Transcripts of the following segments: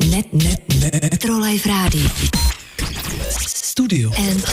Metrolife Radio. Studio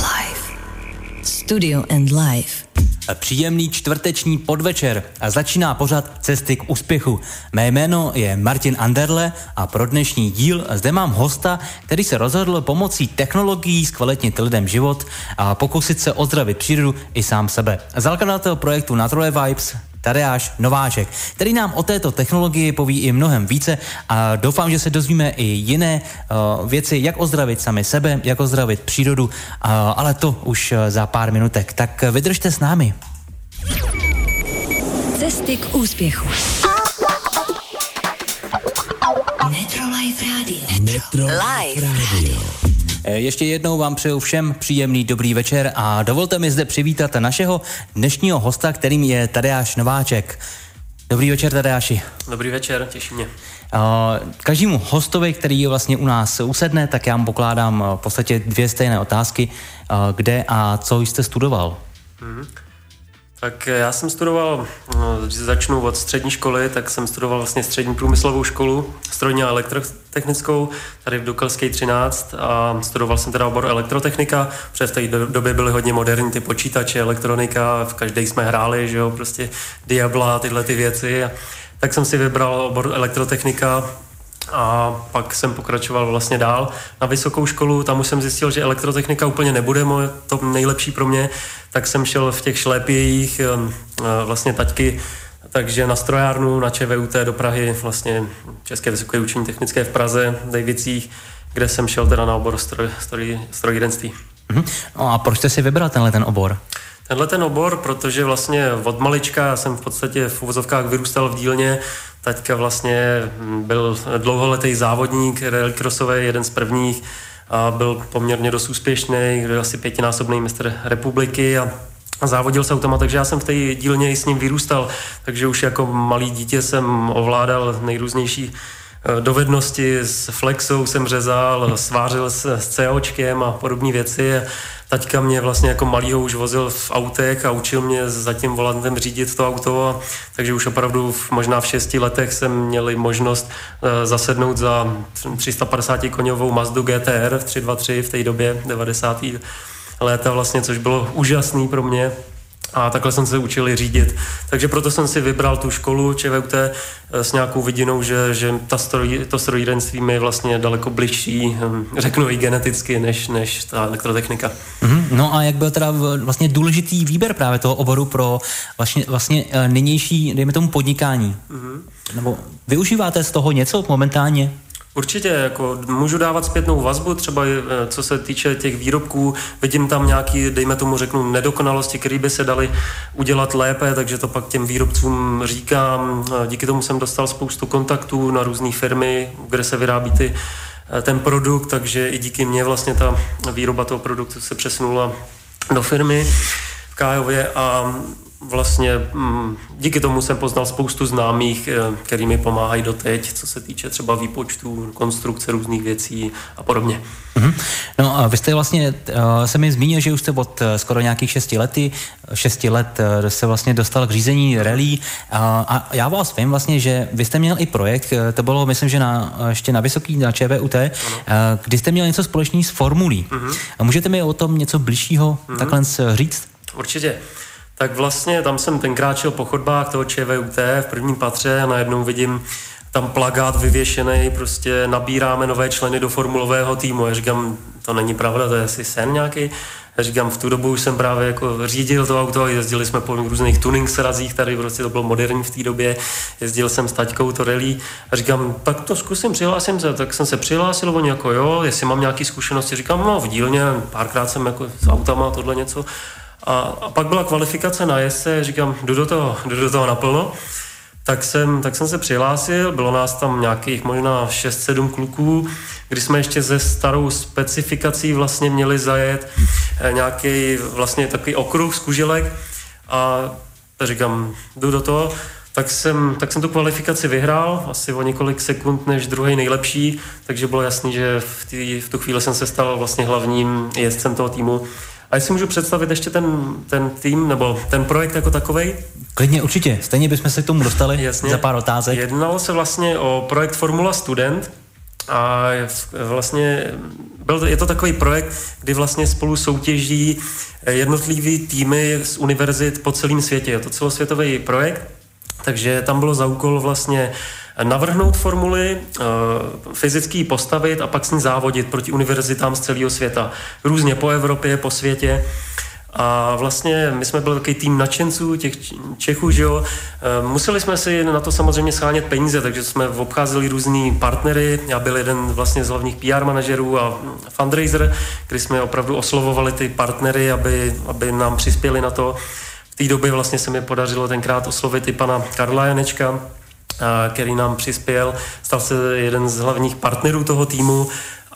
and Live. Příjemný čtvrteční podvečer a začíná pořad Cesty k úspěchu. Mé jméno je Martin Anderle a pro dnešní díl zde mám hosta, který se rozhodl pomocí technologií zkvalitnit lidem život a pokusit se ozdravit přírodu i sám sebe. Zakladatel projektu Natural Vibes Tadeáš Nováček, který nám o této technologii poví i mnohem více a doufám, že se dozvíme i jiné věci, jak ozdravit sami sebe, jak ozdravit přírodu, ale to už za pár minutek. Tak vydržte s námi. Cesty k úspěchu. Metrolife Radio. Ještě jednou vám přeju všem příjemný dobrý večer a dovolte mi zde přivítat našeho dnešního hosta, kterým je Tadeáš Nováček. Dobrý večer, Tadeáši. Dobrý večer, těší mě. Každému hostovi, který vlastně u nás usedne, tak já mu pokládám v podstatě dvě stejné otázky. Kde a co jste studoval? Tak já jsem studoval, když začnu od střední školy, tak jsem studoval vlastně střední průmyslovou školu, strojní a elektrotechnickou, tady v Dukelské 13 a studoval jsem teda obor elektrotechnika, protože v té době byly hodně moderní ty počítače, elektronika, v každé jsme hráli, že jo, prostě Diabla, tyhle ty věci. A tak jsem si vybral obor elektrotechnika a pak jsem pokračoval vlastně dál na vysokou školu, tam už jsem zjistil, že elektrotechnika úplně nebude to nejlepší pro mě, tak jsem šel v těch šlépějích vlastně taťky, takže na strojárnu, na ČVUT do Prahy, vlastně České vysoké učení technické v Praze, v Dejvicích, kde jsem šel teda na obor strojírenství. No a proč jste si vybral ten obor? Ten obor, protože vlastně od malička jsem v podstatě v uvozovkách vyrůstal v dílně. Taťka vlastně byl dlouholetý závodník rallycrossový, jeden z prvních a byl poměrně dost úspěšný, asi 5násobný mistr republiky a závodil s autama, takže já jsem v té dílně i s ním vyrůstal, takže už jako malý dítě jsem ovládal nejrůznější dovednosti, s flexou jsem řezal, svářil s COčkem a podobné věci. Taťka mě vlastně jako malýho už vozil v autech a učil mě za tím volantem řídit to auto, takže už opravdu možná v 6 letech jsem měl možnost zasednout za 350 koňovou Mazdu GTR v 323 v té době, 90. léta vlastně, což bylo úžasný pro mě. A takhle jsem se učil řídit. Takže proto jsem si vybral tu školu ČVUT s nějakou vidinou, že to strojírenství mi je vlastně daleko bližší, řeknu i geneticky, než ta elektrotechnika. No a jak byl teda vlastně důležitý výběr právě toho oboru pro vlastně nynější, dejme tomu, podnikání? Nebo využíváte z toho něco momentálně? Určitě, jako můžu dávat zpětnou vazbu, třeba co se týče těch výrobků, vidím tam nějaký, dejme tomu řeknu, nedokonalosti, které by se daly udělat lépe, takže to pak těm výrobcům říkám. Díky tomu jsem dostal spoustu kontaktů na různé firmy, kde se vyrábí ten produkt, takže i díky mně vlastně ta výroba toho produktu se přesunula do firmy v Kájově a vlastně díky tomu jsem poznal spoustu známých, který mi pomáhají doteď, co se týče třeba výpočtů, konstrukce různých věcí a podobně. No a vy jste vlastně, se mi zmínil, že už jste od skoro nějakých 6 let se vlastně dostal k řízení rally a já vás vím vlastně, že vy jste měl i projekt, to bylo myslím, že ještě na vysoký, na ČVUT, kdy jste měl něco společný s formulí. Můžete mi o tom něco bližšího takhle říct? Určitě. Tak vlastně tam jsem tenkrát šel po chodbách toho ČVUT v prvním patře a najednou vidím tam plakát vyvěšený, prostě nabíráme nové členy do formulového týmu. Já říkám, to není pravda, to je asi sen nějaký. Já říkám, v tu dobu už jsem právě jako řídil to auto a jezdili jsme po různých tuning srazích, tady prostě to bylo moderní v té době. Jezdil jsem s taťkou to rally a říkám, tak to zkusím, přihlásím se. Tak jsem se přihlásil, oni jako jo, jestli mám nějaké zkušenosti. Říkám, no v dílně, párkrát jsem jako s autama tohle něco. A pak byla kvalifikace na jezdce, říkám, jdu do toho naplno. Tak jsem se přihlásil, bylo nás tam nějakých možná 6-7 kluků, kdy jsme ještě ze starou specifikací vlastně měli zajet nějaký vlastně takový okruh z kuželek a říkám, jdu do toho. Tak jsem tu kvalifikaci vyhrál, asi o několik sekund než druhý nejlepší, takže bylo jasný, že v tu chvíli jsem se stal vlastně hlavním jezdcem toho týmu. A jestli můžu představit ještě ten tým, nebo ten projekt jako takovej? Klidně, určitě. Stejně bychom se k tomu dostali. Jasně. Za pár otázek. Jednalo se vlastně o projekt Formula Student, A vlastně je to takový projekt, kdy vlastně spolu soutěží jednotlivý týmy z univerzit po celém světě. Je to celosvětový projekt, takže tam bylo za úkol vlastně navrhnout formuli, fyzicky ji postavit a pak s ní závodit proti univerzitám z celého světa. Různě po Evropě, po světě. A vlastně my jsme byli takový tým nadšenců, těch Čechů, že jo. Museli jsme si na to samozřejmě shánět peníze, takže jsme obcházeli různý partnery. Já byl jeden vlastně z hlavních PR manažerů a fundraiser, kdy jsme opravdu oslovovali ty partnery, aby nám přispěli na to. V té době vlastně se mi podařilo tenkrát oslovit i pana Karla Janečka, který nám přispěl. Stal se jeden z hlavních partnerů toho týmu,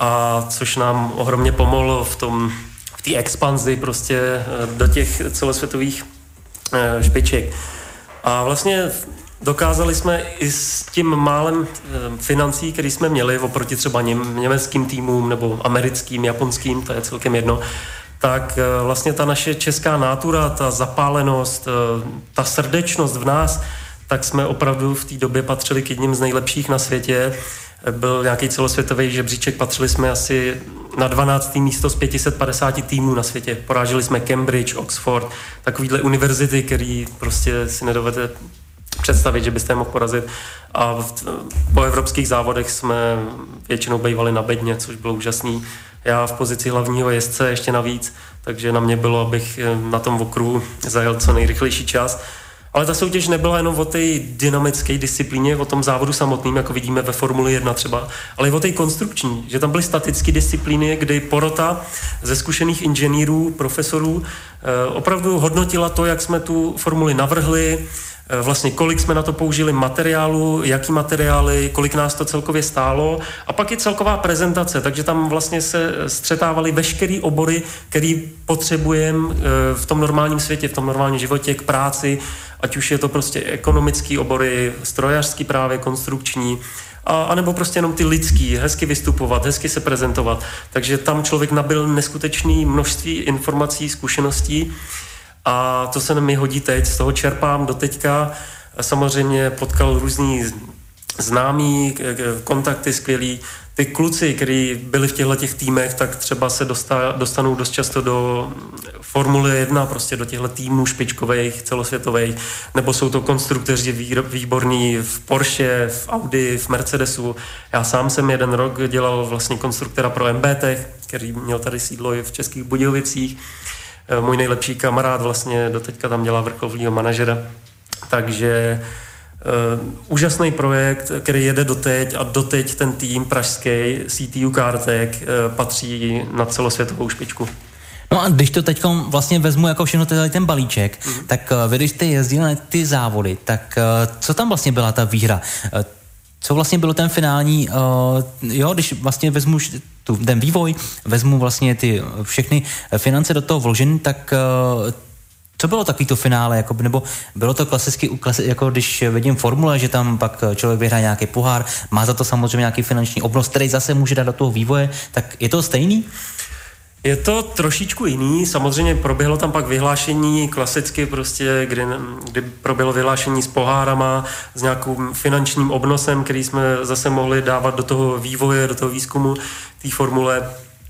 a což nám ohromně pomohlo v té expanzi prostě do těch celosvětových špiček. A vlastně dokázali jsme i s tím málem financí, který jsme měli oproti třeba německým týmům nebo americkým, japonským, to je celkem jedno, tak vlastně ta naše česká nátura, ta zapálenost, ta srdečnost v nás, tak jsme opravdu v té době patřili k jedním z nejlepších na světě. Byl nějaký celosvětový žebříček, patřili jsme asi na 12. místo z 550 týmů na světě. Poráželi jsme Cambridge, Oxford, takovýhle univerzity, který prostě si nedovedete představit, že byste je mohl porazit. A po evropských závodech jsme většinou bývali na bedně, což bylo úžasný. Já v pozici hlavního jezdce ještě navíc, takže na mě bylo, abych na tom okruhu zajel co nejrychlejší čas. Ale ta soutěž nebyla jenom o té dynamické disciplíně, o tom závodu samotným, jako vidíme ve Formuli 1 třeba, ale i o té konstrukční, že tam byly statické disciplíny, kdy porota ze zkušených inženýrů, profesorů opravdu hodnotila to, jak jsme tu formuli navrhli, vlastně kolik jsme na to použili materiálu, jaký materiály, kolik nás to celkově stálo a pak i celková prezentace, takže tam vlastně se střetávaly veškerý obory, který potřebujeme v tom normálním světě, v tom normálním životě k práci, ať už je to prostě ekonomický obory, strojařský právě, konstrukční, a nebo prostě jenom ty lidský, hezky vystupovat, hezky se prezentovat. Takže tam člověk nabyl neskutečné množství informací, zkušeností. A to se mi hodí teď, z toho čerpám do teďka. Samozřejmě potkal různý známí, kontakty skvělý. Ty kluci, kteří byli v těchto týmech, tak třeba se dostanou dost často do Formule 1, prostě do těchto týmů špičkových, celosvětových, nebo jsou to konstruktoři výborní v Porsche, v Audi, v Mercedesu. Já sám jsem jeden rok dělal vlastně konstruktora pro MBT, který měl tady sídlo i v Českých Budějovicích. Můj nejlepší kamarád vlastně doteďka tam dělá vrcholného manažera. Takže úžasný projekt, který jede doteď a doteď ten tým pražský CTU Kartek patří na celosvětovou špičku. No a když to teď vlastně vezmu jako všechno ten balíček, tak vy, když jste jezdil na ty závody, tak co tam vlastně byla ta výhra? Co vlastně bylo ten finální, když vlastně vezmu ten vývoj, vezmu vlastně ty všechny finance do toho vložené, tak co bylo takový to finále, nebo bylo to klasicky, jako když vidím formule, že tam pak člověk vyhraje nějaký pohár, má za to samozřejmě nějaký finanční obnos, který zase může dát do toho vývoje, tak je to stejný? Je to trošičku jiný, samozřejmě proběhlo tam pak vyhlášení klasicky prostě, kdy proběhlo vyhlášení s pohárama, s nějakým finančním obnosem, který jsme zase mohli dávat do toho vývoje, do toho výzkumu té formule.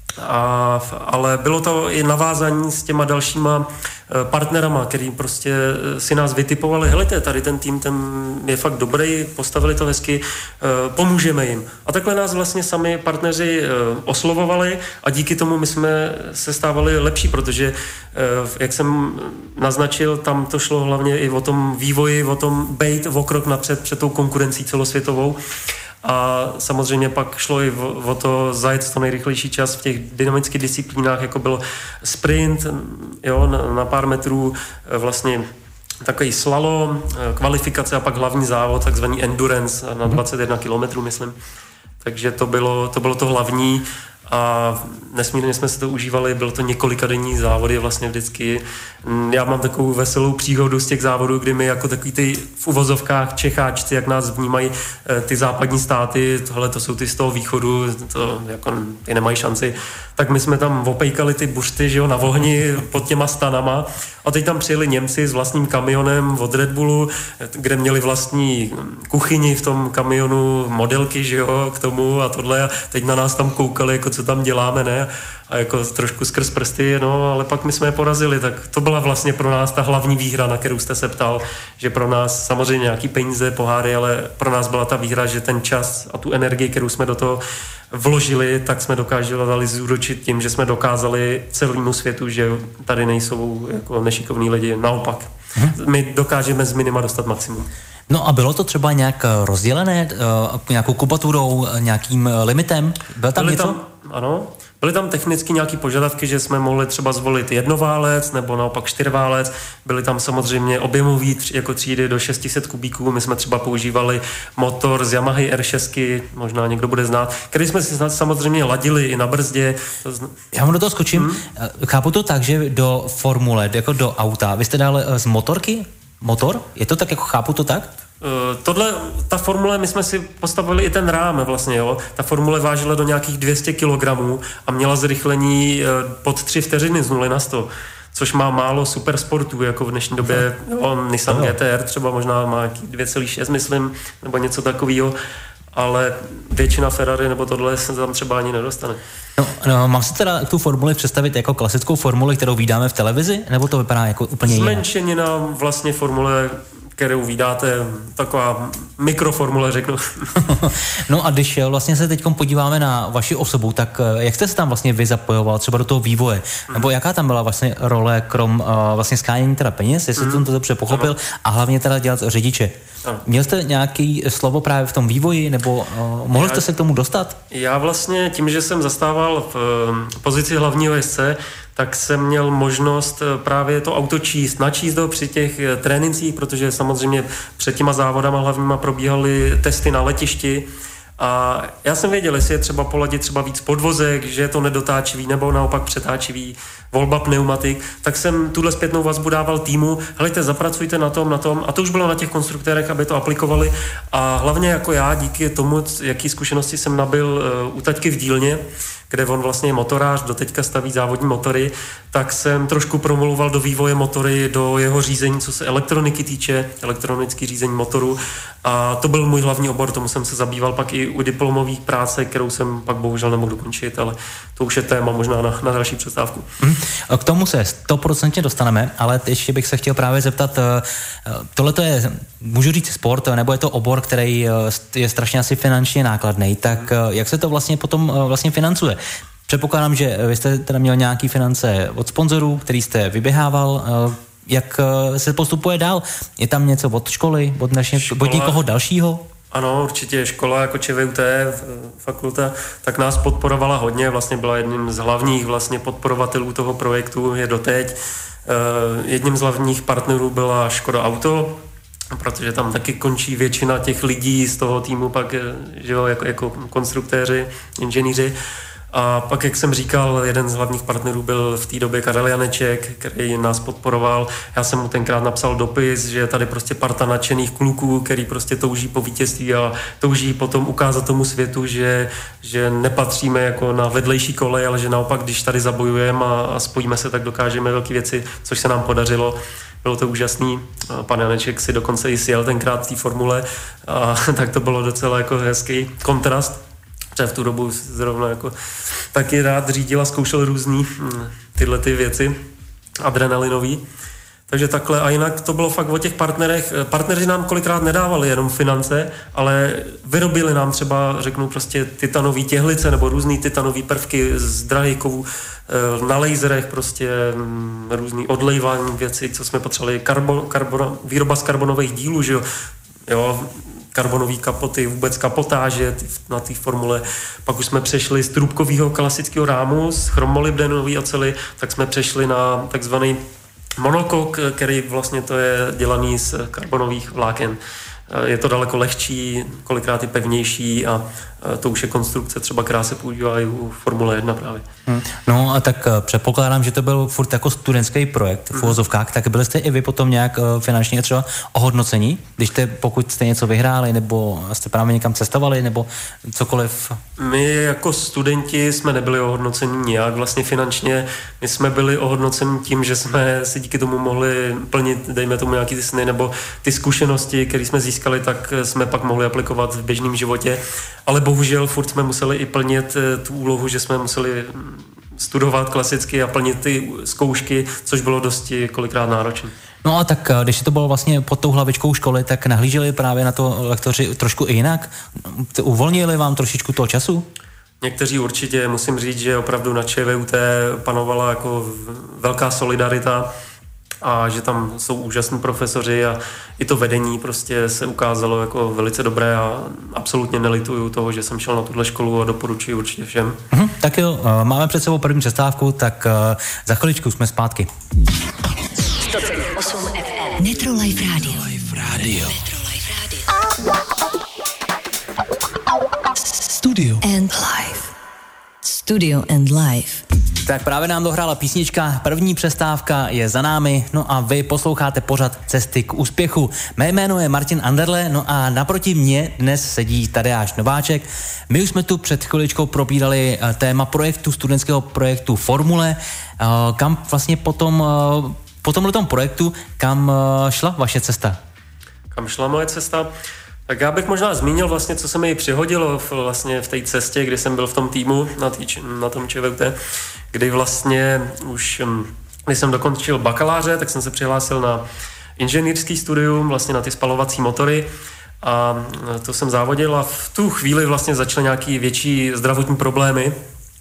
Ale bylo to i navázání s těma dalšíma partnerama, který prostě si nás vytipovali, helejte, tady ten tým, ten je fakt dobrý, postavili to hezky, pomůžeme jim. A takhle nás vlastně sami partneři oslovovali a díky tomu my jsme se stávali lepší, protože, jak jsem naznačil, tam to šlo hlavně i o tom vývoji, o tom bejt o krok napřed před tou konkurencí celosvětovou. A samozřejmě pak šlo i o to zajet to nejrychlejší čas v těch dynamických disciplínách, jako byl sprint, na pár metrů, vlastně takový slalom, kvalifikace a pak hlavní závod, takzvaný endurance na 21 kilometrů, myslím. Takže to bylo to hlavní a nesmírně jsme si to užívali, bylo to několikadenní závody vlastně vždycky. Já mám takovou veselou příhodu z těch závodů, kdy my jako takový ty v uvozovkách Čecháčci, jak nás vnímají ty západní státy, tohle to jsou ty z toho východu, to jako ty nemají šanci, tak my jsme tam opejkali ty bušty, že jo, na ohni pod těma stanama a teď tam přijeli Němci s vlastním kamionem od Red Bullu, kde měli vlastní kuchyni v tom kamionu, modelky, že jo, k tomu a tohle a teď na nás tam koukali, jako co tam děláme, ne? A jako trošku skrz prsty, no, ale pak my jsme je porazili, tak to byla vlastně pro nás ta hlavní výhra, na kterou jste se ptal, že pro nás samozřejmě nějaký peníze, poháry, ale pro nás byla ta výhra, že ten čas a tu energii, kterou jsme do toho vložili, tak jsme dokázali zúročit tím, že jsme dokázali celému světu, že tady nejsou jako nešikovní lidi, naopak. My dokážeme z minima dostat maximum. No a bylo to třeba nějak rozdělené nějakou kubaturou, nějakým limitem? Byl tam něco? Ano. Byly tam technicky nějaké požadavky, že jsme mohli třeba zvolit jednoválec nebo naopak čtyřválec. Byly tam samozřejmě objemové jako třídy do 600 kubíků. My jsme třeba používali motor z Yamaha R6, možná někdo bude znát, který jsme si samozřejmě ladili i na brzdě. Já vám do toho skočím. Chápu to tak, že do formule, jako do auta, vy jste dali z motorky? Motor? Je to tak, jako chápu to tak? Ta formule, my jsme si postavili i ten rám vlastně, jo. Ta formule vážila do nějakých 200 kg a měla zrychlení pod 3 vteřiny z 0 na 100, což má málo supersportů, jako v dnešní době, jo, Nissan GT-R třeba možná má 2,6, myslím, nebo něco takového, ale většina Ferrari nebo tohle se tam třeba ani nedostane. No, mám si teda tu formuli představit jako klasickou formuli, kterou vídáme v televizi, nebo to vypadá jako úplně jinak? Zmenšenina vlastně formule, kterou vydáte, taková mikroformule, řeknu. No a když vlastně se teď podíváme na vaši osobu, tak jak jste se tam vlastně vy zapojoval třeba do toho vývoje? Nebo jaká tam byla vlastně role krom vlastně skánění teda peněz, jestli jsem to dobře pochopil, a hlavně teda dělat řidiče? Měl jste nějaký slovo právě v tom vývoji, nebo mohl jste se k tomu dostat? Já vlastně tím, že jsem zastával v pozici hlavního jezdce, tak jsem měl možnost právě to auto načíst ho při těch trénincích, protože samozřejmě před těma závodama hlavníma probíhaly testy na letišti a já jsem věděl, jestli je třeba poladit třeba víc podvozek, že je to nedotáčivý nebo naopak přetáčivý, volba pneumatik, tak jsem tuhle zpětnou vazbu dával týmu, helejte, zapracujte na tom a to už bylo na těch konstruktérech, aby to aplikovali a hlavně jako já, díky tomu, jaký zkušenosti jsem nabyl u taťky v dílně, kde on vlastně je motorář, doteďka staví závodní motory, tak jsem trošku promluval do vývoje motory, do jeho řízení, co se elektroniky týče, elektronické řízení motoru a to byl můj hlavní obor, tomu jsem se zabýval pak i u diplomové práce, kterou jsem pak bohužel nemohl dokončit, ale to už je téma možná na další přestávku. K tomu se 100% dostaneme, ale ještě bych se chtěl právě zeptat, tohle to je, můžu říct sport, nebo je to obor, který je strašně asi finančně nákladný, tak jak se to vlastně potom vlastně financuje? Předpokládám, že vy jste teda měl nějaký finance od sponzorů, který jste vyběhával, jak se postupuje dál? Je tam něco od školy, od někoho dalšího? Ano, určitě škola jako ČVUT, fakulta, tak nás podporovala hodně, vlastně byla jedním z hlavních vlastně podporovatelů toho projektu, je doteď. Jedním z hlavních partnerů byla Škoda Auto, protože tam taky končí většina těch lidí z toho týmu pak, že jo, jako konstruktéři, inženýři. A pak, jak jsem říkal, jeden z hlavních partnerů byl v té době Karel Janeček, který nás podporoval. Já jsem mu tenkrát napsal dopis, že je tady prostě parta nadšených kluků, který prostě touží po vítězství a touží potom ukázat tomu světu, že nepatříme jako na vedlejší kolej, ale že naopak, když tady zabojujeme a spojíme se, tak dokážeme velké věci, což se nám podařilo. Bylo to úžasný. Pan Janeček si dokonce i sjel tenkrát v té formule a tak to bylo docela jako hezký kontrast. V tu dobu zrovna jako taky rád řídil a zkoušel různý tyhle ty věci adrenalinový. Takže takhle a jinak to bylo fakt o těch partnerech. Partneři nám kolikrát nedávali jenom finance, ale vyrobili nám třeba, řeknu prostě titanové těhlice nebo různý titanové prvky z drahých kovů na laserech, prostě různý odlejvání věcí, co jsme potřebovali, výroba z karbonových dílů, že jo, karbonové kapoty, vůbec kapotáže na té formule. Pak už jsme přešli z trubkového klasického rámu, z chromolybdenové oceli, tak jsme přešli na takzvaný monokok, který vlastně to je dělaný z karbonových vláken. Je to daleko lehčí, kolikrát i pevnější a to už je konstrukce třeba, která se používá i u Formule 1 právě. No a tak předpokládám, že to byl furt jako studentský projekt v uvozovkách, tak byli jste i vy potom nějak finančně třeba ohodnocení, pokud jste něco vyhráli, nebo jste právě někam cestovali, nebo cokoliv? My jako studenti jsme nebyli ohodnoceni nijak, vlastně finančně my jsme byli ohodnoceni tím, že jsme si díky tomu mohli plnit, dejme tomu nějaký ty sny, nebo ty zkušenosti, které jsme získali, tak jsme pak mohli aplikovat v běžném životě, ale bohužel furt jsme museli i plnit tu úlohu, že jsme museli studovat klasicky a plnit ty zkoušky, což bylo dosti kolikrát náročné. No a tak, když to bylo vlastně pod tou hlavičkou školy, tak nahlíželi právě na to lektoři trošku i jinak? Uvolnili vám trošičku toho času? Někteří určitě, musím říct, že opravdu na ČVUT panovala jako velká solidarita a že tam jsou úžasní profesoři a i to vedení prostě se ukázalo jako velice dobré a absolutně nelituju toho, že jsem šel na tuhle školu a doporučuji určitě všem. Tak jo, máme před sebou první přestávku, tak za chviličku jsme zpátky. 107.8 FM. Metro Life Radio. Studio and Life. Studio and Life. Tak právě nám dohrála písnička, první přestávka je za námi, no a vy posloucháte pořad Cesty k úspěchu. Mé jméno je Martin Anderle, no a naproti mně dnes sedí Tadeáš Nováček. My už jsme tu před chviličkou probírali téma studentského projektu Formule, kam vlastně po tomhletom projektu, kam šla vaše cesta? Kam šla moje cesta? Tak já bych možná zmínil vlastně, co se mi přihodilo v té cestě, kdy jsem byl v tom týmu na tom ČVUT, kdy vlastně už, když jsem dokončil bakaláře, tak jsem se přihlásil na inženýrský studium, vlastně na ty spalovací motory a to jsem závodil a v tu chvíli vlastně začaly nějaký větší zdravotní problémy.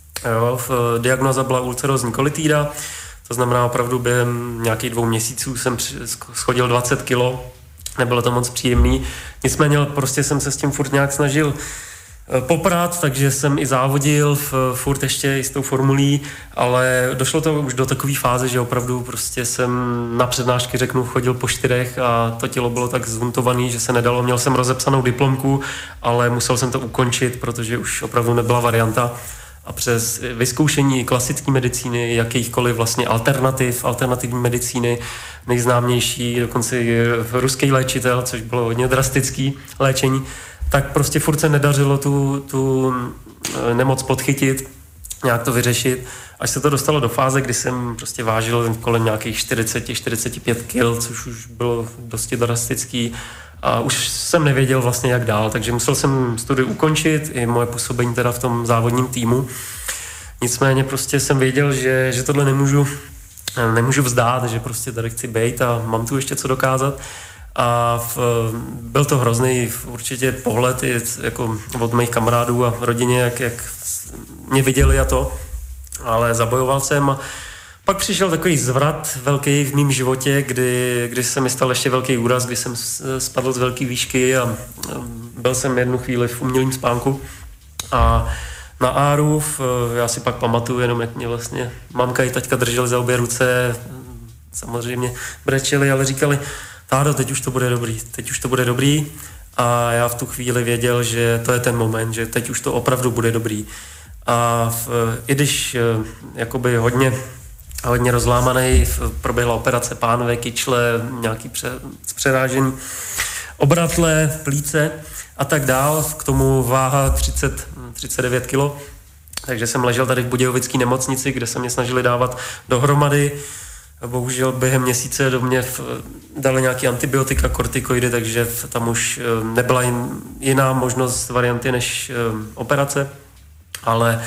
Diagnoza byla ulcerózní kolitída, to znamená opravdu během nějakých 2 měsíců jsem schodil 20 kilo, nebylo to moc příjemný, nicméně prostě jsem se s tím furt nějak snažil poprat, takže jsem i závodil furt ještě i s tou formulí, ale došlo to už do takové fáze, že opravdu prostě jsem na přednášky, řeknu, chodil po 4 a to tělo bylo tak zvuntované, že se nedalo. Měl jsem rozepsanou diplomku, ale musel jsem to ukončit, protože už opravdu nebyla varianta. A přes vyzkoušení klasické medicíny, jakýchkoliv vlastně alternativní medicíny, nejznámější dokonce ruský léčitel, což bylo hodně drastický léčení, tak prostě furt se nedařilo tu nemoc podchytit, nějak to vyřešit, až se to dostalo do fáze, kdy jsem prostě vážil kolem nějakých 40-45 kg, což už bylo dosti drastický a už jsem nevěděl vlastně jak dál, takže musel jsem studium ukončit, i moje působení teda v tom závodním týmu. Nicméně prostě jsem věděl, že tohle nemůžu vzdát, že prostě tady chci bejt a mám tu ještě co dokázat. A byl to hrozný určitě pohled i jako od mých kamarádů a rodině, jak mě viděli a to, ale zabojoval jsem a pak přišel takový zvrat velký v mém životě, kdy se mi stal ještě velký úraz, kdy jsem spadl z velké výšky a byl jsem jednu chvíli v umělém spánku a na áru, já si pak pamatuju jenom, jak mě vlastně mamka i taťka drželi za obě ruce, samozřejmě brečeli, ale říkali, Tádo, teď už to bude dobrý a já v tu chvíli věděl, že to je ten moment, že teď už to opravdu bude dobrý. A i když jakoby hodně rozlámaný, proběhla operace pánve, kyčle, nějaký přerážení obratle, plíce a tak dál, k tomu váha 39 kilo, takže jsem ležel tady v Budějovické nemocnici, kde se mě snažili dávat dohromady. Bohužel během měsíce do mě dali nějaký antibiotika, kortikoidy, takže tam už nebyla jiná možnost varianty než operace, ale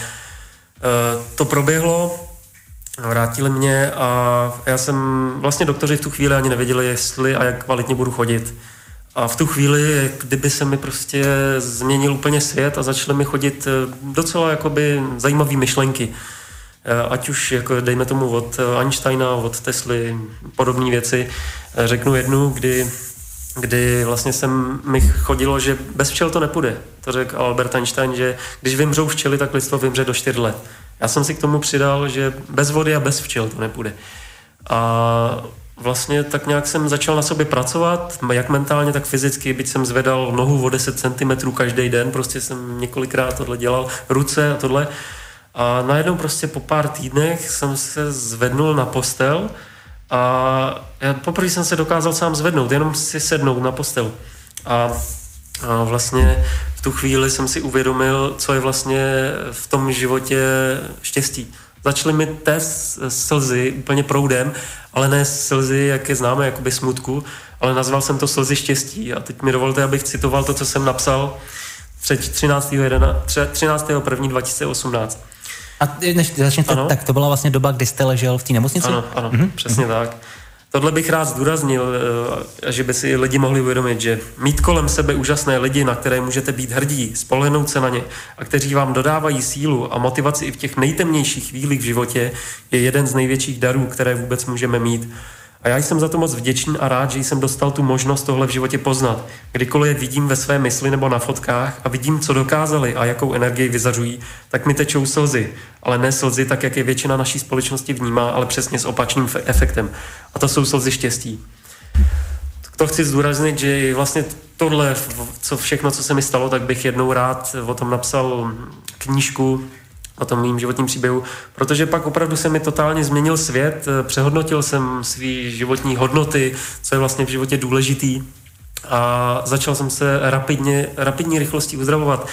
to proběhlo, vrátili mě a já jsem, vlastně doktoři v tu chvíli ani nevěděli, jestli a jak kvalitně budu chodit. A v tu chvíli, kdyby se mi prostě změnil úplně svět a začaly mi chodit docela jakoby zajímavé myšlenky. Ať už, jako dejme tomu, od Einsteina, od Tesly, podobné věci. Řeknu jednu, kdy vlastně mi chodilo, že bez včel to nepůjde. To řekl Albert Einstein, že když vymřou včely, tak lidstvo vymře do 4 let. Já jsem si k tomu přidal, že bez vody a bez včel to nepůjde. A vlastně tak nějak jsem začal na sobě pracovat, jak mentálně, tak fyzicky, byť jsem zvedal nohu o 10 cm každý den, prostě jsem několikrát tohle dělal, ruce a tohle. A najednou prostě po pár týdnech jsem se zvednul na postel a poprvé jsem se dokázal sám zvednout, jenom si sednout na postel. A vlastně v tu chvíli jsem si uvědomil, co je vlastně v tom životě štěstí. Začaly mi téct slzy úplně proudem, ale ne slzy, jak je známe, jakoby smutku, ale nazval jsem to slzy štěstí. A teď mi dovolte, abych citoval to, co jsem napsal 13.1.2018. A než začnete, tak to byla vlastně doba, kdy jste ležel v té nemocnici? Ano, přesně tak. Tohle bych rád zdůraznil, že by si lidi mohli uvědomit, že mít kolem sebe úžasné lidi, na které můžete být hrdí, spolehnout se na ně a kteří vám dodávají sílu a motivaci i v těch nejtemnějších chvílích v životě, je jeden z největších darů, které vůbec můžeme mít. A já jsem za to moc vděčný a rád, že jsem dostal tu možnost tohle v životě poznat. Kdykoliv je vidím ve své mysli nebo na fotkách a vidím, co dokázali a jakou energii vyzařují, tak mi tečou slzy. Ale ne slzy tak, jak je většina naší společnosti vnímá, ale přesně s opačným efektem. A to jsou slzy štěstí. To chci zdůraznit, že vlastně tohle, všechno, co se mi stalo, tak bych jednou rád o tom napsal knížku, o tom mým životním příběhu, protože pak opravdu se mi totálně změnil svět, přehodnotil jsem svý životní hodnoty, co je vlastně v životě důležitý a začal jsem se rapidní rychlostí uzdravovat.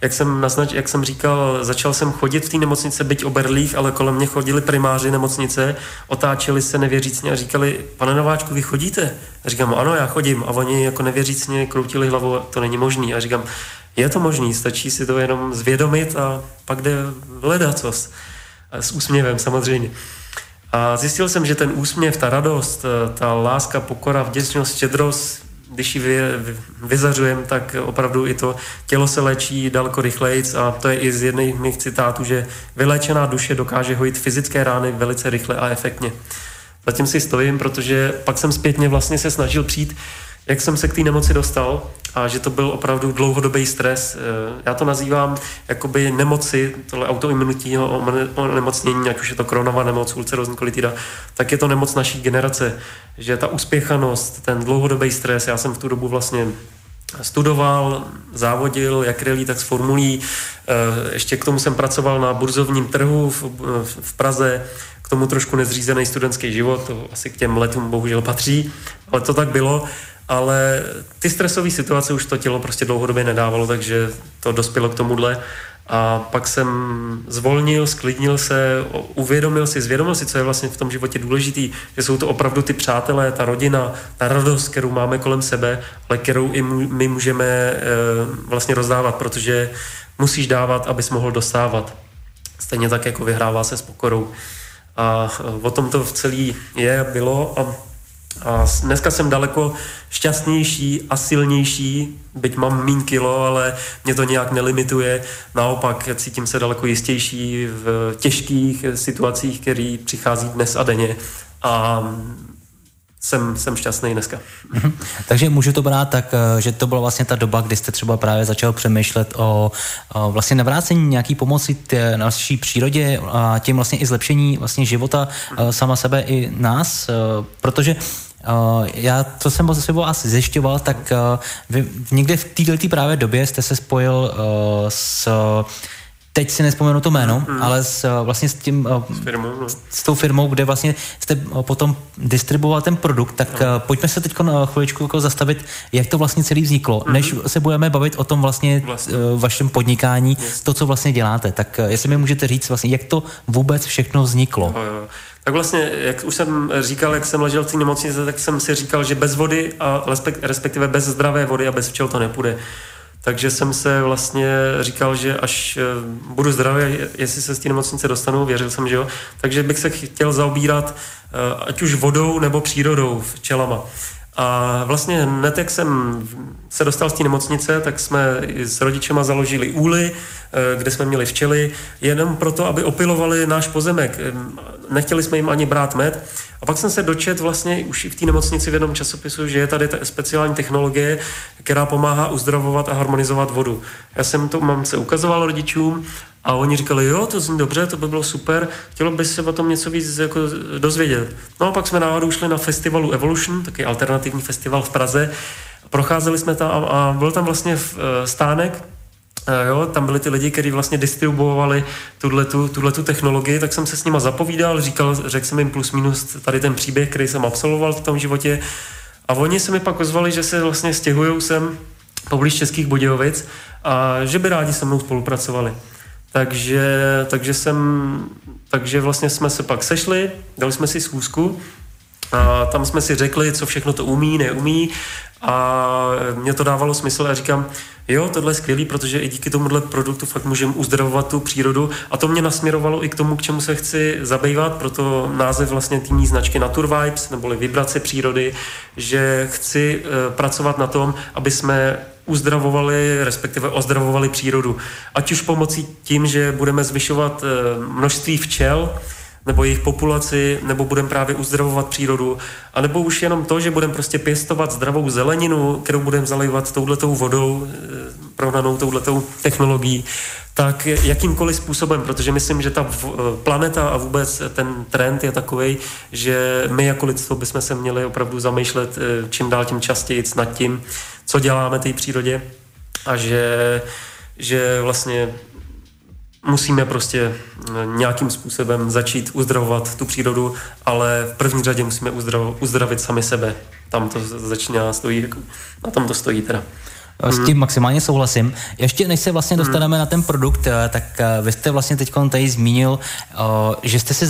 Jak jsem říkal, začal jsem chodit v té nemocnice, byť o berlích, ale kolem mě chodili primáři nemocnice, otáčeli se nevěřícně a říkali, pane Nováčku, vy chodíte? A říkám, ano, já chodím. A oni jako nevěřícně kroutili hlavou, to není možný. A říkám, je to možný, stačí si to jenom zvědomit a pak jde ledacos. A s úsměvem samozřejmě. A zjistil jsem, že ten úsměv, ta radost, ta láska, pokora, vděčnost, štědrost, když ji vyzařujem, tak opravdu i to tělo se léčí daleko rychlejc a to je i z jedných mých citátů, že vyléčená duše dokáže hojit fyzické rány velice rychle a efektně. Zatím si stojím, protože pak jsem zpětně vlastně se snažil přijít, jak jsem se k té nemoci dostal a že to byl opravdu dlouhodobý stres. Já to nazývám jakoby nemoci, tohle autoimunitního onemocnění, ať už je to Crohnova nemoc, ulcerózní kolitida, tak je to nemoc naší generace, že ta uspěchanost, ten dlouhodobý stres, já jsem v tu dobu vlastně studoval, závodil, jak relí, tak s formulí. Ještě k tomu jsem pracoval na burzovním trhu v Praze, k tomu trošku nezřízený studentský život, to asi k těm letům bohužel patří, ale to tak bylo. Ale ty stresové situace už to tělo prostě dlouhodobě nedávalo, takže to dospělo k tomuhle. A pak jsem zvolnil, sklidnil se, zvědomil si, co je vlastně v tom životě důležitý, že jsou to opravdu ty přátelé, ta rodina, ta radost, kterou máme kolem sebe, ale kterou i my můžeme vlastně rozdávat, protože musíš dávat, abys mohl dostávat. Stejně tak, jako vyhrává se s pokorou. A o tom to celý bylo a dneska jsem daleko šťastnější a silnější, byť mám míň kilo, ale mě to nějak nelimituje. Naopak cítím se daleko jistější v těžkých situacích, které přichází dnes a denně. A jsem šťastný dneska. Takže můžu to brát tak, že to byla vlastně ta doba, kdy jste třeba právě začal přemýšlet o vlastně navrácení nějaký pomoci naší přírodě a tím vlastně i zlepšení vlastně života sama sebe i nás, protože já, co jsem se o vás zjišťoval, tak vy někde v této právě době jste se spojil teď si nespomenu to jméno, ale vlastně s tou firmou, kde vlastně jste potom distribuoval ten produkt, tak pojďme se teď na chviličku jako zastavit, jak to vlastně celý vzniklo, než se budeme bavit o tom vlastně vašem podnikání, to, co vlastně děláte. Tak jestli mi můžete říct vlastně, jak to vůbec všechno vzniklo. Tak vlastně, jak už jsem říkal, jak jsem ležel v té nemocnici, tak jsem si říkal, že bez vody a respektive bez zdravé vody a bez včel to nepůjde. Takže jsem se vlastně říkal, že až budu zdravý, jestli se z té nemocnice dostanu, věřil jsem, že jo, takže bych se chtěl zaobírat ať už vodou nebo přírodou, včelama. A vlastně hned, jak jsem se dostal z té nemocnice, tak jsme s rodičema založili úly, kde jsme měli včely, jenom proto, aby opilovali náš pozemek. Nechtěli jsme jim ani brát med. A pak jsem se dočetl vlastně už i v té nemocnici v jednom časopisu, že je tady speciální technologie, která pomáhá uzdravovat a harmonizovat vodu. Já jsem to mamce ukazoval rodičům a oni říkali, jo, to zní dobře, to by bylo super, chtělo by se o tom něco víc jako dozvědět. No a pak jsme náhodou šli na festivalu Evolution, taky alternativní festival v Praze. Procházeli jsme tam a byl tam vlastně stánek, jo, tam byli ty lidi, kteří vlastně distribuovali tuhletu technologii, tak jsem se s nima zapovídal, řekl jsem jim plus minus tady ten příběh, který jsem absolvoval v tom životě a oni se mi pak ozvali, že se vlastně stěhujou sem poblíž Českých Budějovic a že by rádi se mnou spolupracovali. Takže vlastně jsme se pak sešli, dali jsme si schůzku a tam jsme si řekli, co všechno to umí, neumí a mě to dávalo smysl a říkám, jo, tohle je skvělý, protože i díky tomuhle produktu fakt můžeme uzdravovat tu přírodu a to mě nasměrovalo i k tomu, k čemu se chci zabývat, proto název vlastně týmní značky Naturvibes, neboli vibrace přírody, že chci pracovat na tom, aby jsme uzdravovali, respektive ozdravovali přírodu. Ať už pomocí tím, že budeme zvyšovat množství včel, nebo jejich populaci, nebo budeme právě uzdravovat přírodu, anebo už jenom to, že budeme prostě pěstovat zdravou zeleninu, kterou budeme zalévat touhletou vodou, prohnanou touhletou technologií, tak jakýmkoliv způsobem, protože myslím, že ta planeta a vůbec ten trend je takovej, že my jako lidstvo bychom se měli opravdu zamýšlet čím dál tím častěji nad tím, co děláme té přírodě a že vlastně musíme prostě nějakým způsobem začít uzdravovat tu přírodu, ale v první řadě musíme uzdravit sami sebe. Tam to začíná, na tom to stojí teda. S tím maximálně souhlasím. Ještě než se vlastně dostaneme na ten produkt, tak vy jste vlastně teď tady zmínil, že jste si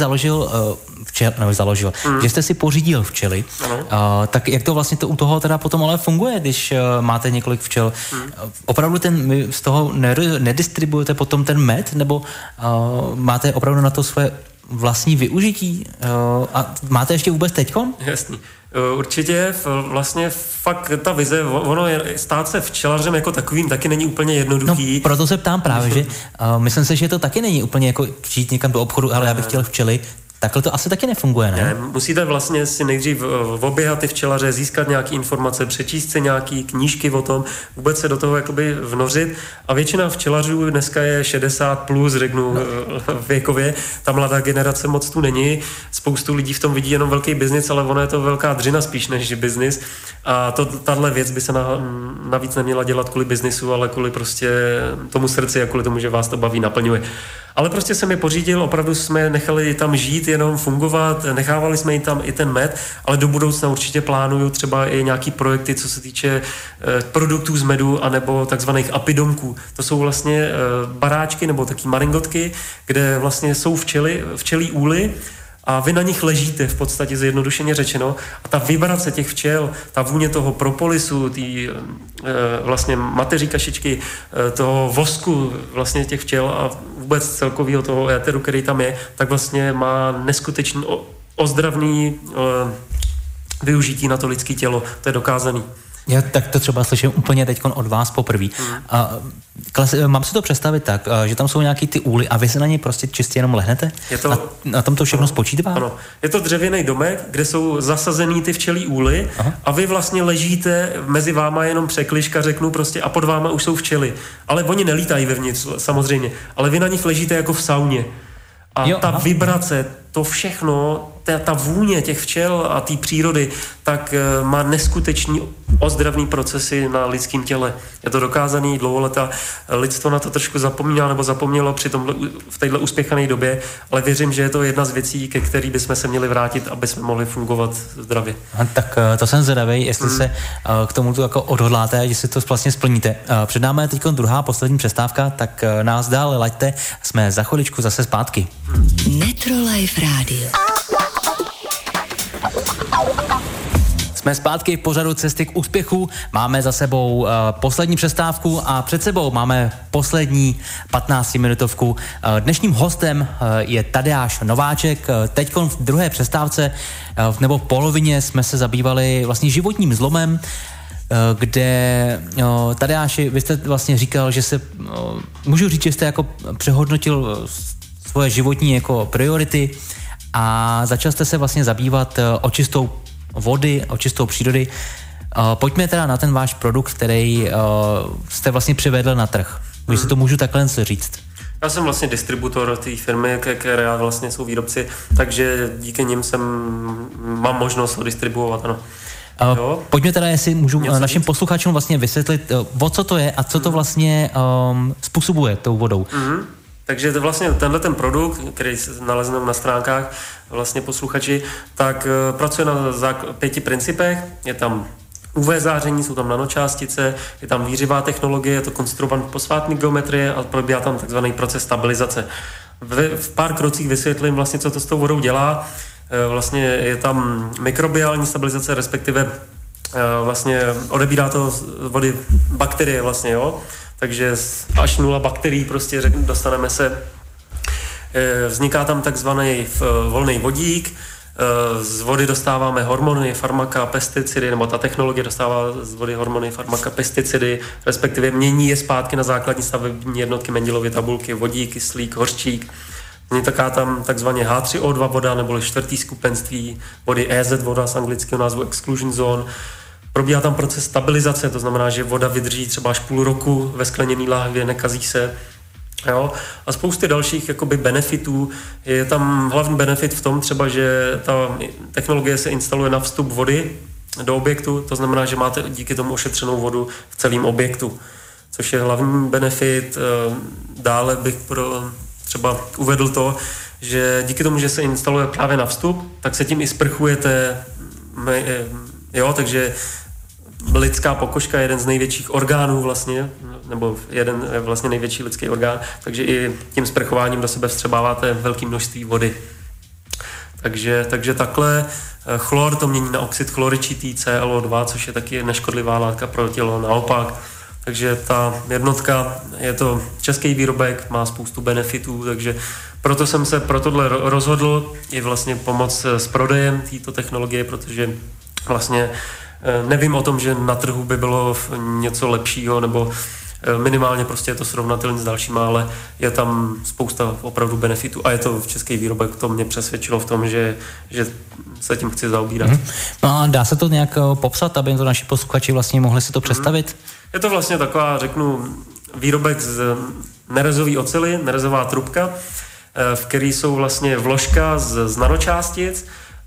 že jste si pořídil včely. Tak jak to vlastně u toho teda potom ale funguje, když máte několik včel? Opravdu z toho nedistribuujete potom ten med, nebo máte opravdu na to své vlastní využití? A máte ještě vůbec teďkon? Jasný. Určitě vlastně fakt ta vize, ono je stát se včelařem jako takovým taky není úplně jednoduchý. No, proto se ptám právě, že myslím si, že to taky není úplně jako přijít někam do obchodu, ale já bych chtěl včely. Takhle to asi taky nefunguje, ne? Musíte vlastně si nejdřív oběhat ty včelaře, získat nějaké informace, přečíst si nějaké knížky o tom, vůbec se do toho jakoby vnořit. A většina včelařů dneska je 60 plus, řeknu věkově. Ta mladá generace moc tu není. Spoustu lidí v tom vidí jenom velký biznis, ale ono je to velká dřina spíš než biznis. A tahle věc by se navíc neměla dělat kvůli biznisu, ale kvůli prostě tomu srdci a kvůli tomu, že vás to baví, naplňuje. Ale prostě jsem je pořídil, opravdu jsme nechali tam žít, jenom fungovat, nechávali jsme jim tam i ten med, ale do budoucna určitě plánuju třeba i nějaký projekty, co se týče produktů z medu anebo takzvaných apidomků. To jsou vlastně baráčky nebo taky maringotky, kde vlastně jsou včelí úly, a vy na nich ležíte, v podstatě zjednodušeně řečeno, a ta vibrace těch včel, ta vůně toho propolisu, vlastně mateří kašičky, toho vosku vlastně těch včel a vůbec celkového toho éteru, který tam je, tak vlastně má neskutečný ozdravný využití na to lidské tělo. To je dokázaný. Já tak to třeba slyším úplně teďkon od vás poprvé. Mám si to představit tak, že tam jsou nějaký ty úly a vy se na ně prostě čistě jenom lehnete? A na tom to všechno spočítá? Ano. Je to dřevěný domek, kde jsou zasazený ty včelí úly. Aha. A vy vlastně ležíte, mezi váma jenom překližka, řeknu prostě, a pod váma už jsou včely. Ale oni nelítají vevnitř, samozřejmě. Ale vy na nich ležíte jako v sauně. A ta vibrace, to všechno, ta vůně těch včel a té přírody, tak má neskutečný ozdravný procesy na lidském těle. Je to dokázaný dlouholeta. Lidstvo na to trošku zapomíná nebo zapomnělo v této uspěchané době, ale věřím, že je to jedna z věcí, ke který bychom se měli vrátit, aby jsme mohli fungovat zdravě. Tak to jsem zvědavý, jestli se k tomu jako odhodláte, jestli to vlastně splníte. Před námi je teď druhá poslední přestávka, tak nás dále laďte. Jsme za chviličku zase zpátky. Netrolife Radio. Jsme zpátky v pořadu Cesty k úspěchu, máme za sebou poslední přestávku a před sebou máme poslední 15-minutovku. Dnešním hostem je Tadeáš Nováček. Teďkon v druhé přestávce nebo v polovině jsme se zabývali vlastně životním zlomem. kde Tadeáši, vy jste vlastně říkal, že se, můžu říct, že jste jako přehodnotil svoje životní jako priority a začal jste se vlastně zabývat očistou vody, očistou přírody. Pojďme teda na ten váš produkt, který jste vlastně přivedl na trh. Když si to můžu takhle říct. Já jsem vlastně distributor té firmy, která vlastně jsou výrobci, takže díky nim mám možnost ho distribuovat, ano. Pojďme teda, jestli můžu našim posluchačům vlastně vysvětlit, o co to je a co to vlastně způsobuje tou vodou. Takže to vlastně tenhle ten produkt, který nalezneme na stránkách vlastně posluchači, tak pracuje na 5 principech. Je tam UV záření, jsou tam nanočástice, je tam výřivá technologie, je to konstruovaný fosfátní geometrie a probíhá tam takzvaný proces stabilizace. V pár krocích vysvětlím vlastně, co to s tou vodou dělá. Vlastně je tam mikrobiální stabilizace, respektive vlastně odebírá to z vody bakterie vlastně, jo. Takže až 0 bakterií prostě dostaneme se. Vzniká tam takzvaný volný vodík, z vody dostáváme hormony, farmaka, pesticidy, nebo ta technologie dostává z vody hormony, farmaka, pesticidy, respektive mění je zpátky na základní stavební jednotky Mendelovy tabulky, vodík, kyslík, hořčík. Vzniká tam takzvaně H3O2 voda, nebo 4. skupenství vody EZ voda z anglického názvu exclusion zone. Probíhá tam proces stabilizace, to znamená, že voda vydrží třeba až půl roku ve skleněné lahvě, nekazí se. Jo? A spousty dalších jakoby benefitů. Je tam hlavní benefit v tom třeba, že ta technologie se instaluje na vstup vody do objektu, to znamená, že máte díky tomu ošetřenou vodu v celém objektu, což je hlavní benefit. Dále bych třeba uvedl to, že díky tomu, že se instaluje právě na vstup, tak se tím i sprchujete, jo, takže lidská pokožka je jeden z největších orgánů vlastně, nebo jeden vlastně největší lidský orgán, takže i tím sprchováním do sebe vstřebáváte velké množství vody. Takže takhle chlor to mění na oxid chloričitý ClO2, což je taky neškodlivá látka pro tělo, naopak. Takže ta jednotka, je to český výrobek, má spoustu benefitů, takže proto jsem se pro tohle rozhodl i vlastně pomoct s prodejem této technologie, protože vlastně nevím o tom, že na trhu by bylo něco lepšího, nebo minimálně prostě je to srovnatelné s dalšíma, ale je tam spousta opravdu benefitů a je to český výrobek, to mě přesvědčilo v tom, že se tím chci zaobírat. No a dá se to nějak popsat, aby to naši posluchači vlastně mohli si to představit? Je to vlastně taková, řeknu, výrobek z nerezové oceli, nerezová trubka, v které jsou vlastně vložka z nanočástic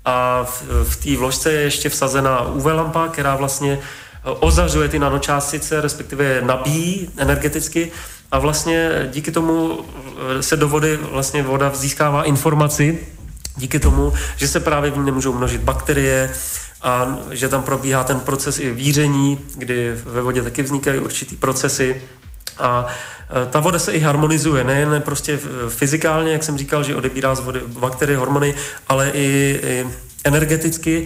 a v té vložce je ještě vsazená UV lampa, která vlastně ozařuje ty nanočástice, respektive nabíjí energeticky a vlastně díky tomu se do vody vlastně voda získává informaci, díky tomu, že se právě v ní nemůžou množit bakterie a že tam probíhá ten proces i víření, kdy ve vodě taky vznikají určitý procesy a ta voda se i harmonizuje, nejen prostě fyzikálně, jak jsem říkal, že odebírá z vody bakterie, hormony, ale i energeticky.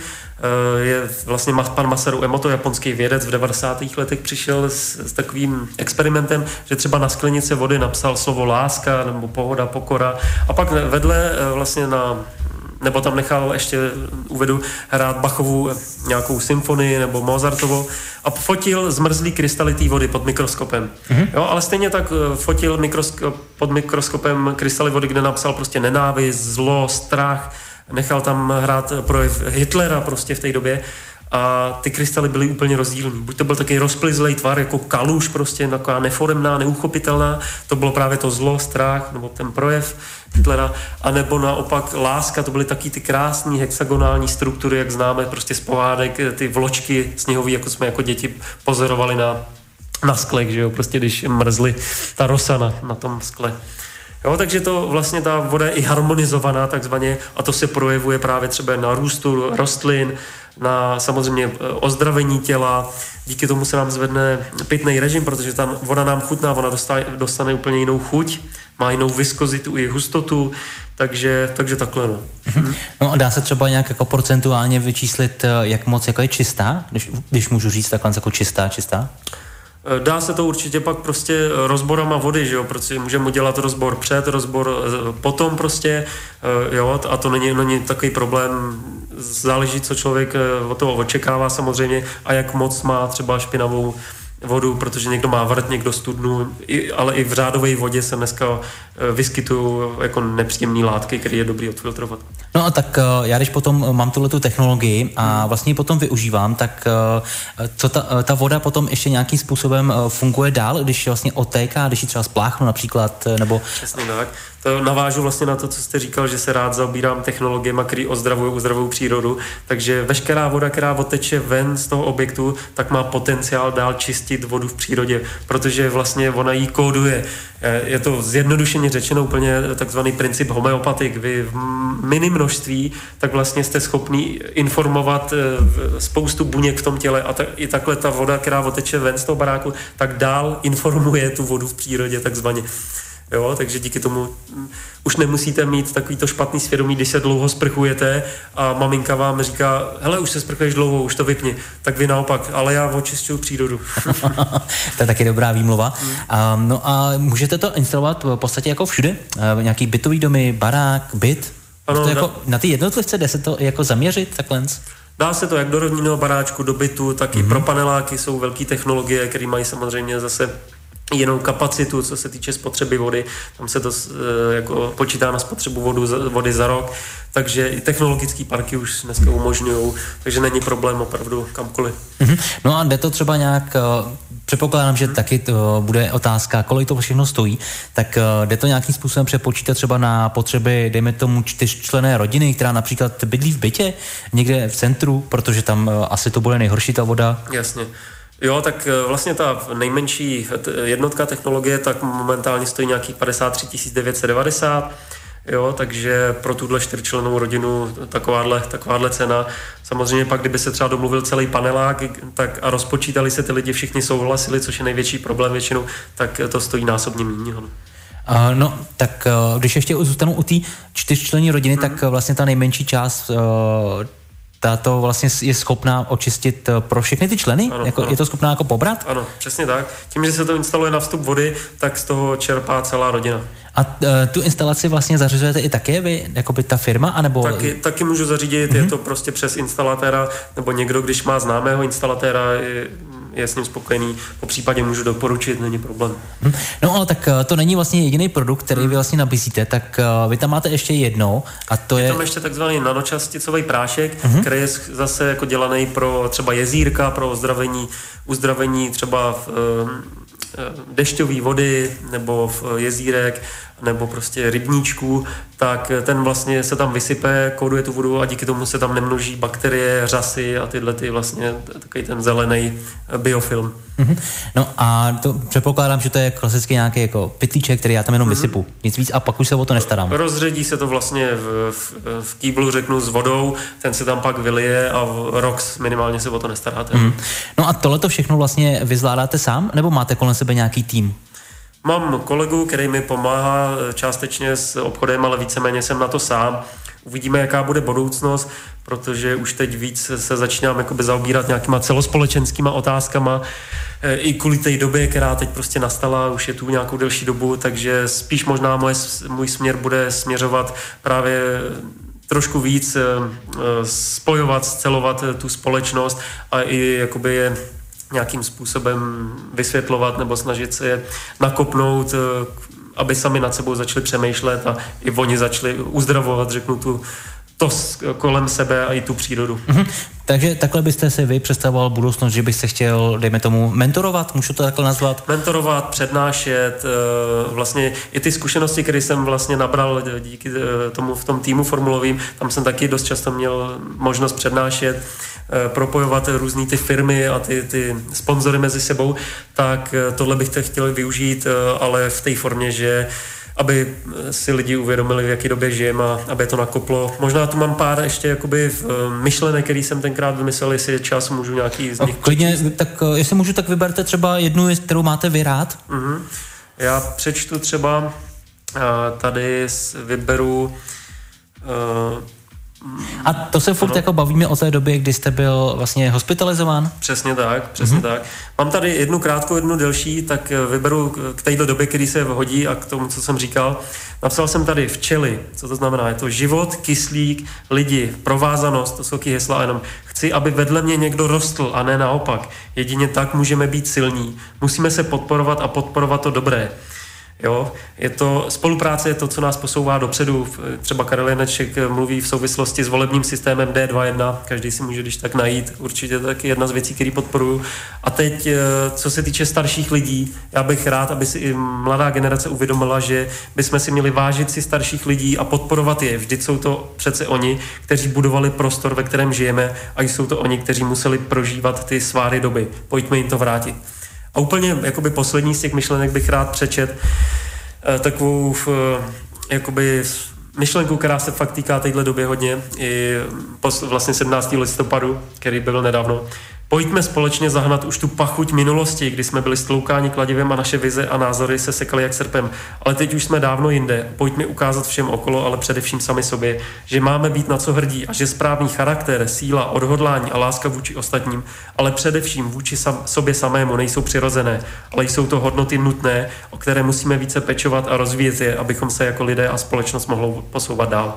Je vlastně pan Masaru Emoto, japonský vědec, v 90. letech přišel s takovým experimentem, že třeba na sklenice vody napsal slovo láska nebo pohoda, pokora a pak vedle vlastně nebo tam nechal ještě, uvedu, hrát Bachovu nějakou symfonii nebo Mozartovo a fotil zmrzlý krystaly té vody pod mikroskopem. Jo, ale stejně tak fotil pod mikroskopem krystaly vody, kde napsal prostě nenávist, zlo, strach, nechal tam hrát projev Hitlera prostě v té době a ty krystaly byly úplně rozdílný. Buď to byl taky rozplyzlej tvar, jako kaluž prostě, taková neforemná, neuchopitelná, to bylo právě to zlo, strach, nebo ten projev Hitlera, anebo naopak láska, to byly taky ty krásné hexagonální struktury, jak známe prostě z pohádek, ty vločky sněhový, jako jsme jako děti pozorovali na sklech, že jo, prostě když mrzly ta rosa na tom skle. Jo, takže to vlastně ta voda je i harmonizovaná takzvaně a to se projevuje právě třeba na růstu rostlin, na samozřejmě ozdravení těla. Díky tomu se nám zvedne pitný režim, protože ta voda nám chutná, ona dostane úplně jinou chuť, má jinou viskozitu i hustotu, takže takhle. No a dá se třeba nějak jako procentuálně vyčíslit, jak moc jako je čistá, když můžu říct takhle jako čistá? Dá se to určitě pak prostě rozborama vody, že jo, protože můžeme udělat rozbor před, rozbor potom prostě, jo, a to není takový problém, záleží, co člověk od toho očekává samozřejmě a jak moc má třeba špinavou vodu, protože někdo má vrt, někdo studnu, ale i v řádové vodě se dneska vyskytují jako nepříjemné látky, které je dobrý odfiltrovat. No a tak já když potom mám tuhletu technologii a vlastně potom využívám, tak co ta voda potom ještě nějakým způsobem funguje dál, když vlastně otéká, když ji třeba spláchnu například, nebo... Přesně tak. To navážu vlastně na to, co jste říkal, že se rád zaobírám technologiemi, které uzdravují přírodu, takže veškerá voda, která odteče ven z toho objektu, tak má potenciál dál čistit vodu v přírodě, protože vlastně ona jí kóduje. Je to zjednodušeně řečeno úplně takzvaný princip homeopatik. Vy v minimnožství tak vlastně jste schopni informovat spoustu buněk v tom těle a i takhle ta voda, která odteče ven z toho baráku, tak dál informuje tu vodu v přírodě takzvaně. Jo, takže díky tomu už nemusíte mít takovýto špatný svědomí, když se dlouho sprchujete a maminka vám říká, hele, už se sprchuješ dlouho, už to vypni. Tak vy naopak, ale já očišťuju přírodu. To je taky dobrá výmluva. No a můžete to instalovat v podstatě jako všude? Nějaký bytový domy, barák, byt? Ano, to jako, na ty jednotlivce jde se to jako zaměřit takhle? Dá se to jak do rodinného baráčku, do bytu, tak i pro paneláky jsou velké technologie, které mají samozřejmě zase jinou kapacitu, co se týče spotřeby vody. Tam se to jako počítá na spotřebu vody za rok, takže i technologické parky už dneska umožňují, takže není problém opravdu kamkoliv. No a jde to třeba nějak, předpokládám, že taky to bude otázka, kolik to všechno stojí, tak jde to nějakým způsobem přepočítat třeba na potřeby, dejme tomu 4členné rodiny, která například bydlí v bytě někde v centru, protože tam asi to bude nejhorší ta voda. Jasně. Jo, tak vlastně ta nejmenší jednotka technologie tak momentálně stojí nějakých 53 990, jo, takže pro tuhle 4člennou rodinu takováhle cena. Samozřejmě pak, kdyby se třeba domluvil celý panelák tak a rozpočítali se ty lidi, všichni souhlasili, což je největší problém většinou, tak to stojí násobně méně. No, tak když ještě zůstanu u té 4členné rodiny, tak vlastně ta nejmenší část to vlastně je schopná očistit pro všechny ty členy? Ano, jako, ano. Je to schopná jako pobrat? Ano, přesně tak. Tím, že se to instaluje na vstup vody, tak z toho čerpá celá rodina. A tu instalaci vlastně zařizujete i také vy, jako by ta firma, anebo... Taky můžu zařídit, je to prostě přes instalatéra, nebo někdo, když má známého instalatéra, je s ním spokojený, po případě můžu doporučit, není problém. No ale tak to není vlastně jediný produkt, který vy vlastně nabízíte, tak vy tam máte ještě jedno a to je... tam ještě takzvaný nanočasticový prášek, který je zase jako dělaný pro třeba jezírka, pro uzdravení třeba dešťové vody nebo v jezírek nebo prostě rybníčků, tak ten vlastně se tam vysype, kóduje tu vodu a díky tomu se tam nemnoží bakterie, řasy a tyhle ty vlastně takový ten zelený biofilm. No a to předpokládám, že to je klasicky nějaký jako pytlíček, který já tam jenom vysypu. Nic víc a pak už se o to nestarám. Rozředí se to vlastně v kýblu, řeknu, s vodou, ten se tam pak vylije a rok minimálně se o to nestaráte. No a tohleto všechno vlastně vy zvládáte sám, nebo máte kolem sebe nějaký tým? Mám kolegu, který mi pomáhá částečně s obchodem, ale víceméně jsem na to sám. Uvidíme, jaká bude budoucnost, protože už teď víc se začínám jakoby zaobírat nějakýma celospolečenskýma otázkama, i kvůli té době, která teď prostě nastala, už je tu nějakou delší dobu, takže spíš možná můj směr bude směřovat právě trošku víc spojovat, scelovat tu společnost a i jakoby je nějakým způsobem vysvětlovat nebo snažit se je nakopnout, aby sami nad sebou začali přemýšlet a i oni začali uzdravovat, řeknu, to kolem sebe a i tu přírodu. Takže takhle byste si vy představoval budoucnost, že byste chtěl, dejme tomu, mentorovat, můžu to takhle nazvat? Mentorovat, přednášet, vlastně i ty zkušenosti, které jsem vlastně nabral díky tomu v tom týmu formulovým, tam jsem taky dost často měl možnost přednášet, propojovat různý ty firmy a ty sponzory mezi sebou, tak tohle bych chtěl využít, ale v té formě, že aby si lidi uvědomili, v jaké době žijeme a aby to nakoplo. Možná tu mám pár ještě jakoby myšlenek, který jsem tenkrát vymyslel, jestli je čas, můžu nějaký z nich klidně, tak jestli můžu, tak vyberte třeba jednu, kterou máte vy rád. Já přečtu třeba, tady vyberu A to se furt jako bavíme o té době, kdy jste byl vlastně hospitalizován? Přesně tak. Mám tady jednu krátkou, jednu delší, tak vyberu k této době, který se hodí a k tomu, co jsem říkal. Napsal jsem tady včely, co to znamená? Je to život, kyslík, lidi, provázanost, to jsou taky hesla, jenom chci, aby vedle mě někdo rostl a ne naopak. Jedině tak můžeme být silní. Musíme se podporovat a podporovat to dobré. Jo, spolupráce je to, co nás posouvá dopředu. Třeba Karel Janeček mluví v souvislosti s volebním systémem D2.1, každý si může když tak najít, určitě to je jedna z věcí, které podporuju. A teď, co se týče starších lidí, já bych rád, aby si i mladá generace uvědomila, že bychom si měli vážit si starších lidí a podporovat je. Vždyť jsou to přece oni, kteří budovali prostor, ve kterém žijeme, a jsou to oni, kteří museli prožívat ty sváry doby. Pojďme jim to vrátit. A úplně jakoby poslední z těch myšlenek bych rád přečet takovou jakoby myšlenku, která se fakt týká téhle době hodně, i vlastně 17. listopadu, který byl nedávno. Pojďme společně zahnat už tu pachuť minulosti, kdy jsme byli stloukáni kladivem a naše vize a názory se sekaly jak srpem. Ale teď už jsme dávno jinde. Pojďme ukázat všem okolo, ale především sami sobě, že máme být na co hrdí a že správný charakter, síla, odhodlání a láska vůči ostatním, ale především vůči sobě samému nejsou přirozené, ale jsou to hodnoty nutné, o které musíme více pečovat a rozvíjet je, abychom se jako lidé a společnost mohli posouvat dál.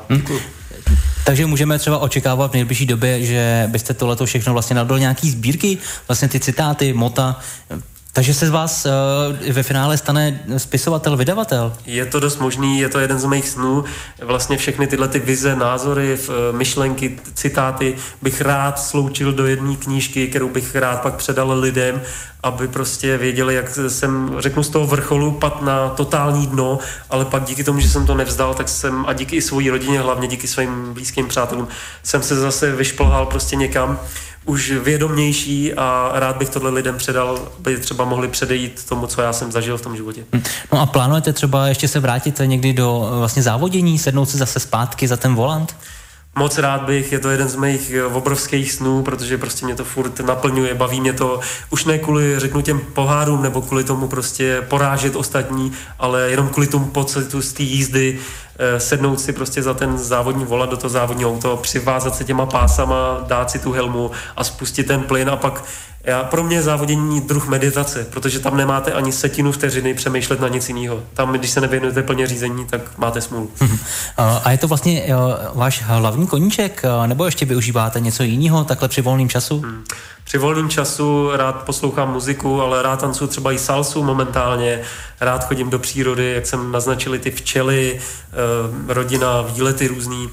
Takže můžeme třeba očekávat v nejbližší době, že byste tohleto všechno vlastně nadal nějaký sbírky, vlastně ty citáty, mota, takže se z vás ve finále stane spisovatel, vydavatel. Je to dost možný, je to jeden z mých snů. Vlastně všechny tyhle ty vize, názory, myšlenky, citáty bych rád sloučil do jedné knížky, kterou bych rád pak předal lidem, aby prostě věděli, jak jsem, řeknu, z toho vrcholu pad na totální dno, ale pak díky tomu, že jsem to nevzdal, tak jsem, a díky i svojí rodině, hlavně díky svým blízkým přátelům, jsem se zase vyšplhal prostě někam už vědomější a rád bych tohle lidem předal, aby třeba mohli předejít tomu, co já jsem zažil v tom životě. No a plánujete třeba ještě se vrátit někdy do vlastně závodění, sednout si zase zpátky za ten volant? Moc rád bych, je to jeden z mých obrovských snů, protože prostě mě to furt naplňuje, baví mě to už ne kvůli, řeknu, těm pohárům nebo kvůli tomu prostě porážet ostatní, ale jenom kvůli tomu pocitu z té jízdy, sednout si prostě za ten závodní volant do toho závodního auto, přivázat se těma pásama, dát si tu helmu a spustit ten plyn a pak pro mě je závodění druh meditace, protože tam nemáte ani setinu vteřiny přemýšlet na nic jiného. Tam, když se nevěnujete plně řízení, tak máte smůlu. A je to vlastně váš hlavní koníček, nebo ještě využíváte něco jiného takhle při volném času? Při volném času rád poslouchám muziku, ale rád tancuju třeba i salsu momentálně, rád chodím do přírody, jak jsem naznačili, ty včely, rodina, výlety různý,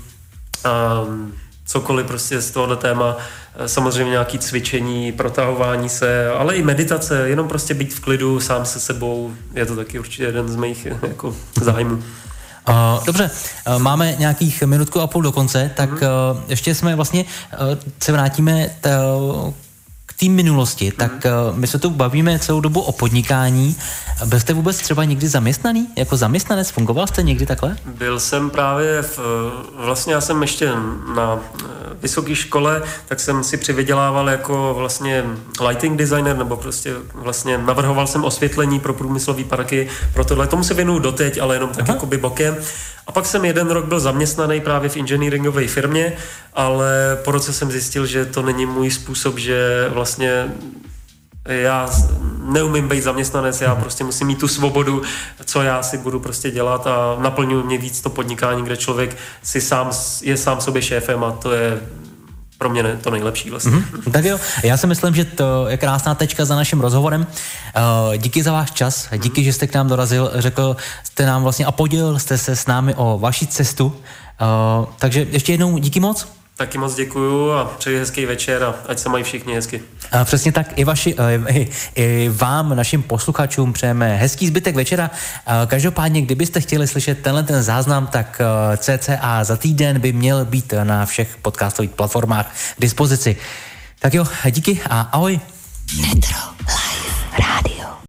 cokoliv prostě z tohohle téma, samozřejmě nějaké cvičení, protahování se, ale i meditace, jenom prostě být v klidu sám se sebou, je to taky určitě jeden z mých jako zájmů. Dobře, máme nějakých minutku a půl do konce, tak ještě jsme vlastně se vrátíme k té minulosti, tak my se tu bavíme celou dobu o podnikání. Byl jste vůbec třeba někdy zaměstnaný? Jako zaměstnanec? Fungoval jste někdy takhle? Byl jsem právě vlastně já jsem ještě na vysoké škole, tak jsem si přivydělával jako vlastně lighting designer, nebo prostě vlastně navrhoval jsem osvětlení pro průmyslové parky, pro tohle. Tomu se věnuju doteď, ale jenom tak jakoby bokem. A pak jsem jeden rok byl zaměstnaný právě v inženýringové firmě, ale po roce jsem zjistil, že to není můj způsob, že vlastně já neumím být zaměstnanec, já prostě musím mít tu svobodu, co já si budu prostě dělat a naplňuje mě víc to podnikání, kde člověk je sám sobě šéfem a to je pro mě to nejlepší vlastně. Tak jo, já si myslím, že to je krásná tečka za naším rozhovorem. Díky za váš čas, díky, že jste k nám dorazil, řekl jste nám vlastně a podělil jste se s námi o vaši cestu. Takže ještě jednou díky moc. Taky moc děkuju a přeji hezký večer a ať se mají všichni hezky. Přesně tak, i vám, našim posluchačům, přejeme hezký zbytek večera. Každopádně, kdybyste chtěli slyšet ten záznam, tak cca za týden by měl být na všech podcastových platformách k dispozici. Tak jo, díky a ahoj. Metro Live Radio.